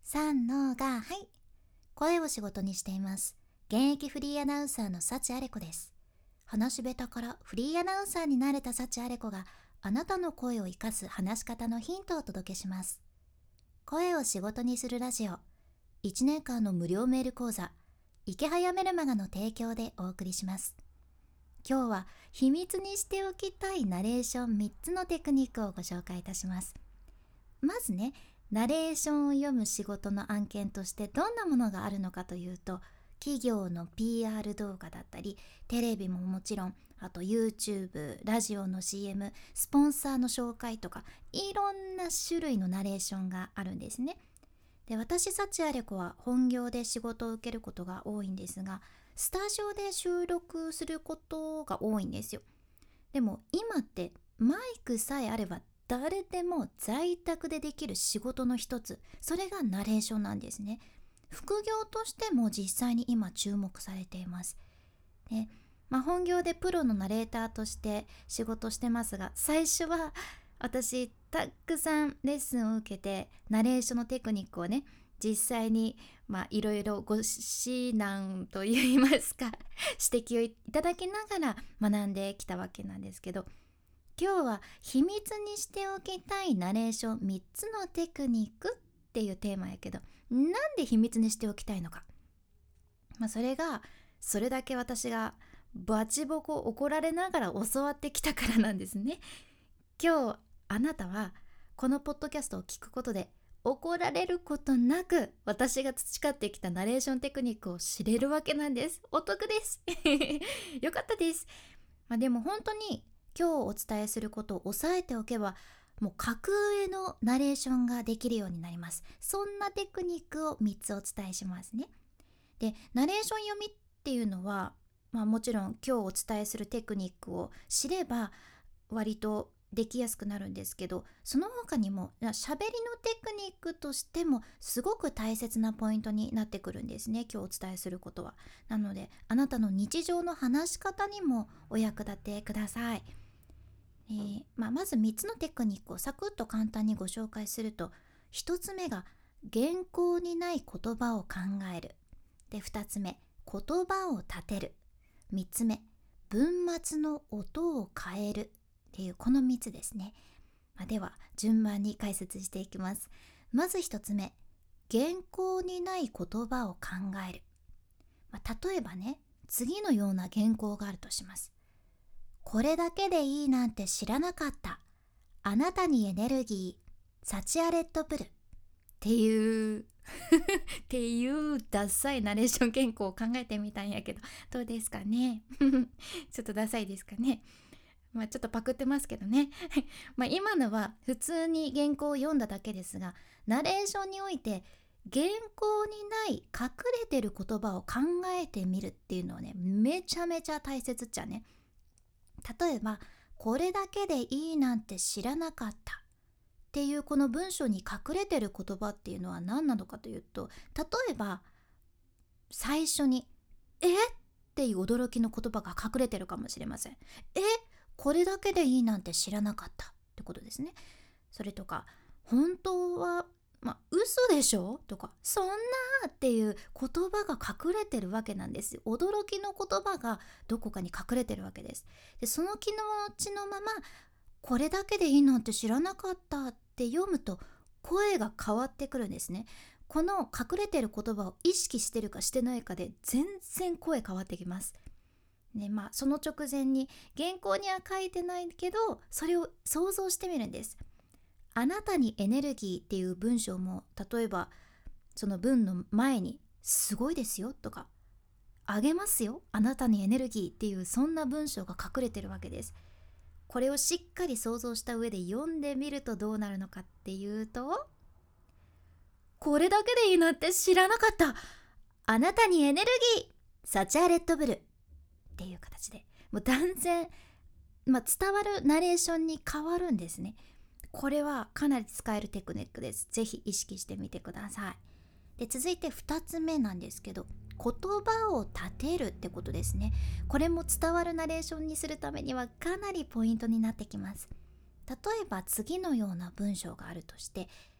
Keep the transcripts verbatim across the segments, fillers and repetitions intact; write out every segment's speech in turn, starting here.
さんのが、はい。声を仕事にしています。現役フリーアナウンサーの幸あれ子です。話し下手からフリーアナウンサーになれた幸あれ子が、あなたの声を生かす話し方のヒントをお届けします。声を仕事にするラジオ。いちねんかんの無料メール講座、池早メルマガの提供でお送りします。今日は秘密にしておきたいナレーションみっつのテクニックをご紹介いたします。まずね、ナレーションを読む仕事の案件としてどんなものがあるのかというと、企業の ピーアール 動画だったり、テレビももちろん、あと YouTube、ラジオの シーエム、スポンサーの紹介とか、いろんな種類のナレーションがあるんですね。で、私幸あれ子は本業で仕事を受けることが多いんですが、スタジオで収録することが多いんですよ。でも今ってマイクさえあれば誰でも在宅でできる仕事の一つ、それがナレーションなんですね。副業としても実際に今注目されています。で、まあ、本業でプロのナレーターとして仕事してますが、最初は私たくさんレッスンを受けてナレーションのテクニックをね、実際にまあいろいろご指南といいますか指摘をいただきながら学んできたわけなんですけど、今日は秘密にしておきたいナレーションみっつのテクニックっていうテーマやけど、なんで秘密にしておきたいのか、まあ、それがそれだけ私がバチボコ怒られながら教わってきたからなんですね。今日あなたはこのポッドキャストを聞くことで怒られることなく私が培ってきたナレーションテクニックを知れるわけなんです。お得ですよかったです。まあ、でも本当に今日お伝えすることを押さえておけば、もう格上のナレーションができるようになります。そんなテクニックをみっつお伝えしますね。で、ナレーション読みっていうのは、まあ、もちろん今日お伝えするテクニックを知れば割とできやすくなるんですけど、その他にも喋りのテクニックとしてもすごく大切なポイントになってくるんですね、今日お伝えすることは。なのであなたの日常の話し方にもお役立てください。えーまあ、まずみっつのテクニックをサクッと簡単にご紹介すると、ひとつめが原稿にない言葉を考える。で、ふたつめ言葉を立てる。みっつめ文末の音を変えるっていう、このみっつですね。まあ、では順番に解説していきます。まずひとつめ、原稿にない言葉を考える。まあ、例えばね、次のような原稿があるとします。これだけでいいなんて知らなかった。あなたにエネルギー。サチアレッドブル。っていうっていうダサいナレーション原稿を考えてみたんやけど、どうですかねちょっとダサいですかね。まあちょっとパクってますけどねまあ今のは普通に原稿を読んだだけですが、ナレーションにおいて原稿にない隠れてる言葉を考えてみるっていうのはね、めちゃめちゃ大切っちゃね。例えば、これだけでいいなんて知らなかったっていうこの文章に隠れてる言葉っていうのは何なのかというと、例えば最初にえっていう驚きの言葉が隠れてるかもしれません。え、これだけでいいなんて知らなかったってことですね。それとか、本当はまあ嘘でしょとか、そんなっていう言葉が隠れてるわけなんですよ。驚きの言葉がどこかに隠れてるわけです。で、その気の持ちのままこれだけでいいなんて知らなかったって読むと声が変わってくるんですね。この隠れてる言葉を意識してるかしてないかで全然声変わってきます。ね、まあその直前に原稿には書いてないけど、それを想像してみるんです。あなたにエネルギーっていう文章も、例えばその文の前にすごいですよとか、あげますよあなたにエネルギーっていう、そんな文章が隠れてるわけです。これをしっかり想像した上で読んでみるとどうなるのかっていうと、これだけでいいなんて知らなかった。あなたにエネルギー。サチアレッドブルっていう形で、もう断然、まあ、伝わるナレーションに変わるんですね。これはかなり使えるテクニックです。ぜひ意識してみてください。で、続いてふたつめなんですけど、言葉を立てるってことですね。これも伝わるナレーションにするためにはかなりポイントになってきます。例えば次のような文章があるとして、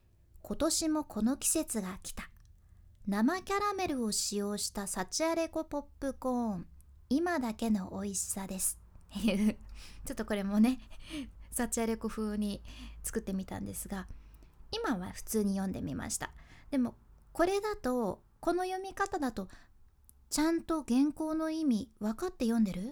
今年もこの季節が来た。生キャラメルを使用したサチアレコポップコーン、今だけの美味しさですちょっとこれもねサチアレコ風に作ってみたんですが、今は普通に読んでみました。でもこれだと、この読み方だとちゃんと原稿の意味分かって読んでるって、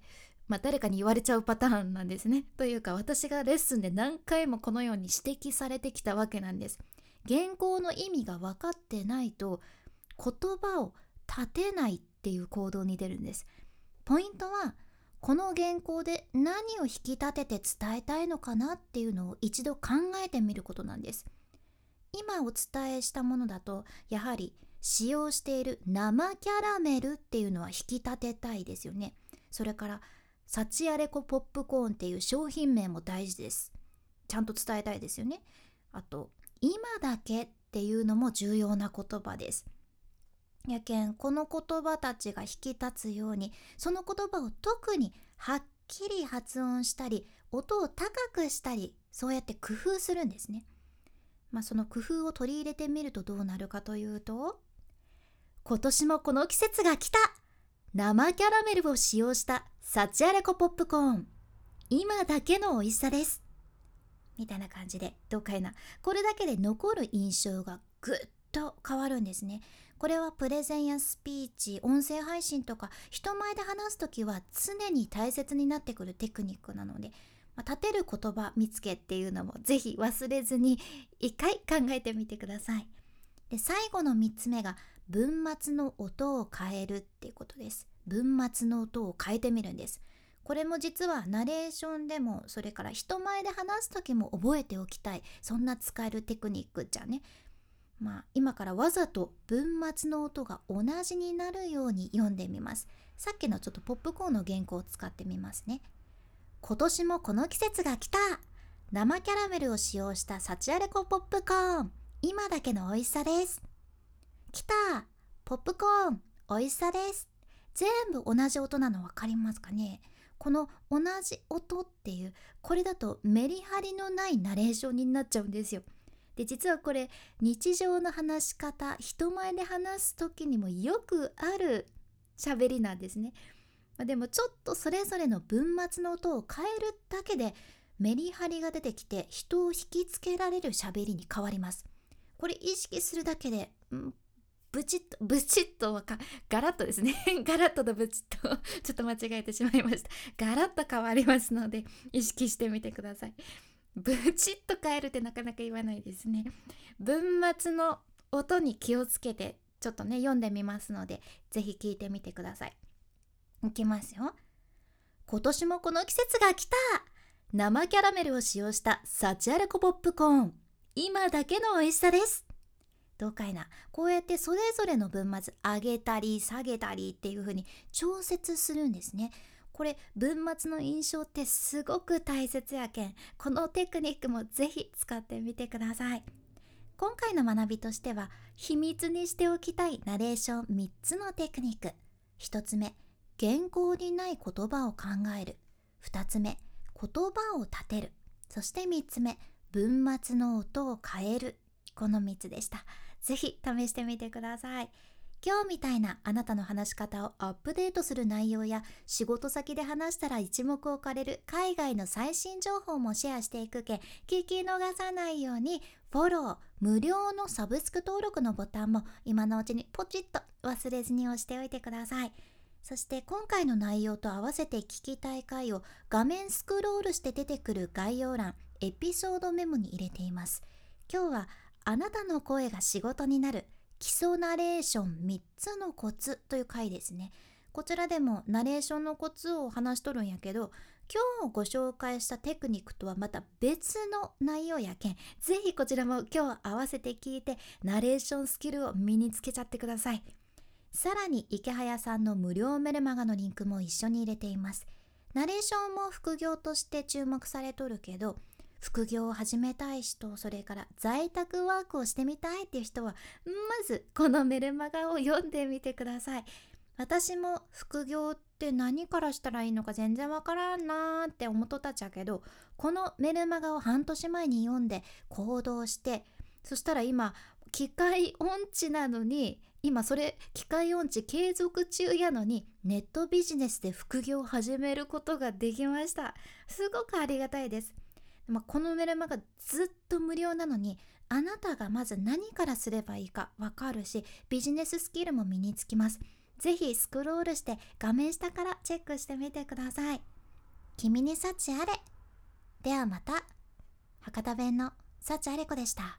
まあ、誰かに言われちゃうパターンなんですね。というか、私がレッスンで何回もこのように指摘されてきたわけなんです。原稿の意味が分かってないと言葉を立てないっていう行動に出るんです。ポイントは、この原稿で何を引き立てて伝えたいのかなっていうのを一度考えてみることなんです。今お伝えしたものだと、やはり使用している生キャラメルっていうのは引き立てたいですよね。それからサチアレコポップコーンっていう商品名も大事です。ちゃんと伝えたいですよね。あと、今だけっていうのも重要な言葉です。やけん、この言葉たちが引き立つように、その言葉を特にはっきり発音したり、音を高くしたり、そうやって工夫するんですね。まあ、その工夫を取り入れてみるとどうなるかというと、今年もこの季節が来た。生キャラメルを使用したサチアレコポップコーン、今だけの美味しさですみたいな感じで、どうかいな。これだけで残る印象がぐっと変わるんですね。これはプレゼンやスピーチ、音声配信とか人前で話すときは常に大切になってくるテクニックなので、まあ、立てる言葉見つけっていうのもぜひ忘れずに一回考えてみてください。で、最後のみっつめが文末の音を変えるっていうことです。文末の音を変えてみるんです。これも実はナレーションでも、それから人前で話す時も覚えておきたい、そんな使えるテクニックじゃね。まあ、今からわざと文末の音が同じになるように読んでみます。さっきのちょっとポップコーンの原稿を使ってみますね。今年もこの季節が来た。生キャラメルを使用したサチアレコポップコーン、今だけの美味しさです。来た。ポップコーン、美味しさです。全部同じ音なの分かりますかね。この同じ音っていう、これだとメリハリのないナレーションになっちゃうんですよ。で、実はこれ日常の話し方、人前で話す時にもよくある喋りなんですね。まあ、でもちょっとそれぞれの文末の音を変えるだけでメリハリが出てきて、人を引きつけられる喋りに変わります。これ意識するだけで、うん、ブチッとブチッとはかガラッとですねガラッととブチッとちょっと間違えてしまいました。ガラッと変わりますので意識してみてください。ブチッと変えるってなかなか言わないですね。文末の音に気をつけてちょっとね読んでみますので、ぜひ聞いてみてください。いきますよ。今年もこの季節が来た。生キャラメルを使用したサチアレコポップコーン、今だけの美味しさです。どうかいな。こうやってそれぞれの文末上げたり下げたりっていう風に調節するんですね。これ文末の印象ってすごく大切やけん、このテクニックもぜひ使ってみてください。今回の学びとしては、秘密にしておきたいナレーションみっつのテクニック。ひとつめ、原稿にない言葉を考える。ふたつめ、言葉を立てる。そしてみっつめ、文末の音を変える。このみっつでした。ぜひ試してみてください。今日みたいなあなたの話し方をアップデートする内容や、仕事先で話したら一目置かれる海外の最新情報もシェアしていくけん、聞き逃さないようにフォロー、無料のサブスク登録のボタンも今のうちにポチッと忘れずに押しておいてください。そして今回の内容と合わせて聞きたい回を画面スクロールして出てくる概要欄、エピソードメモに入れています。今日はあなたの声が仕事になる基礎ナレーションみっつのコツという回ですね。こちらでもナレーションのコツを話しとるんやけど、今日ご紹介したテクニックとはまた別の内容やけん、ぜひこちらも今日合わせて聞いてナレーションスキルを身につけちゃってください。さらに池早さんの無料メルマガのリンクも一緒に入れています。ナレーションも副業として注目されとるけど、副業を始めたい人、それから在宅ワークをしてみたいっていう人は、まずこのメルマガを読んでみてください。私も副業って何からしたらいいのか全然わからんなーって思っとったっちゃけど、このメルマガを半年前に読んで行動して、 そしたら今機械音痴なのに、今それ機械音痴継続中やのにネットビジネスで副業を始めることができました。すごくありがたいです。まあ、このメルマガずっと無料なのに、あなたがまず何からすればいいかわかるし、ビジネススキルも身につきます。ぜひスクロールして画面下からチェックしてみてください。君に幸あれ。ではまた。博多弁の幸あれ子でした。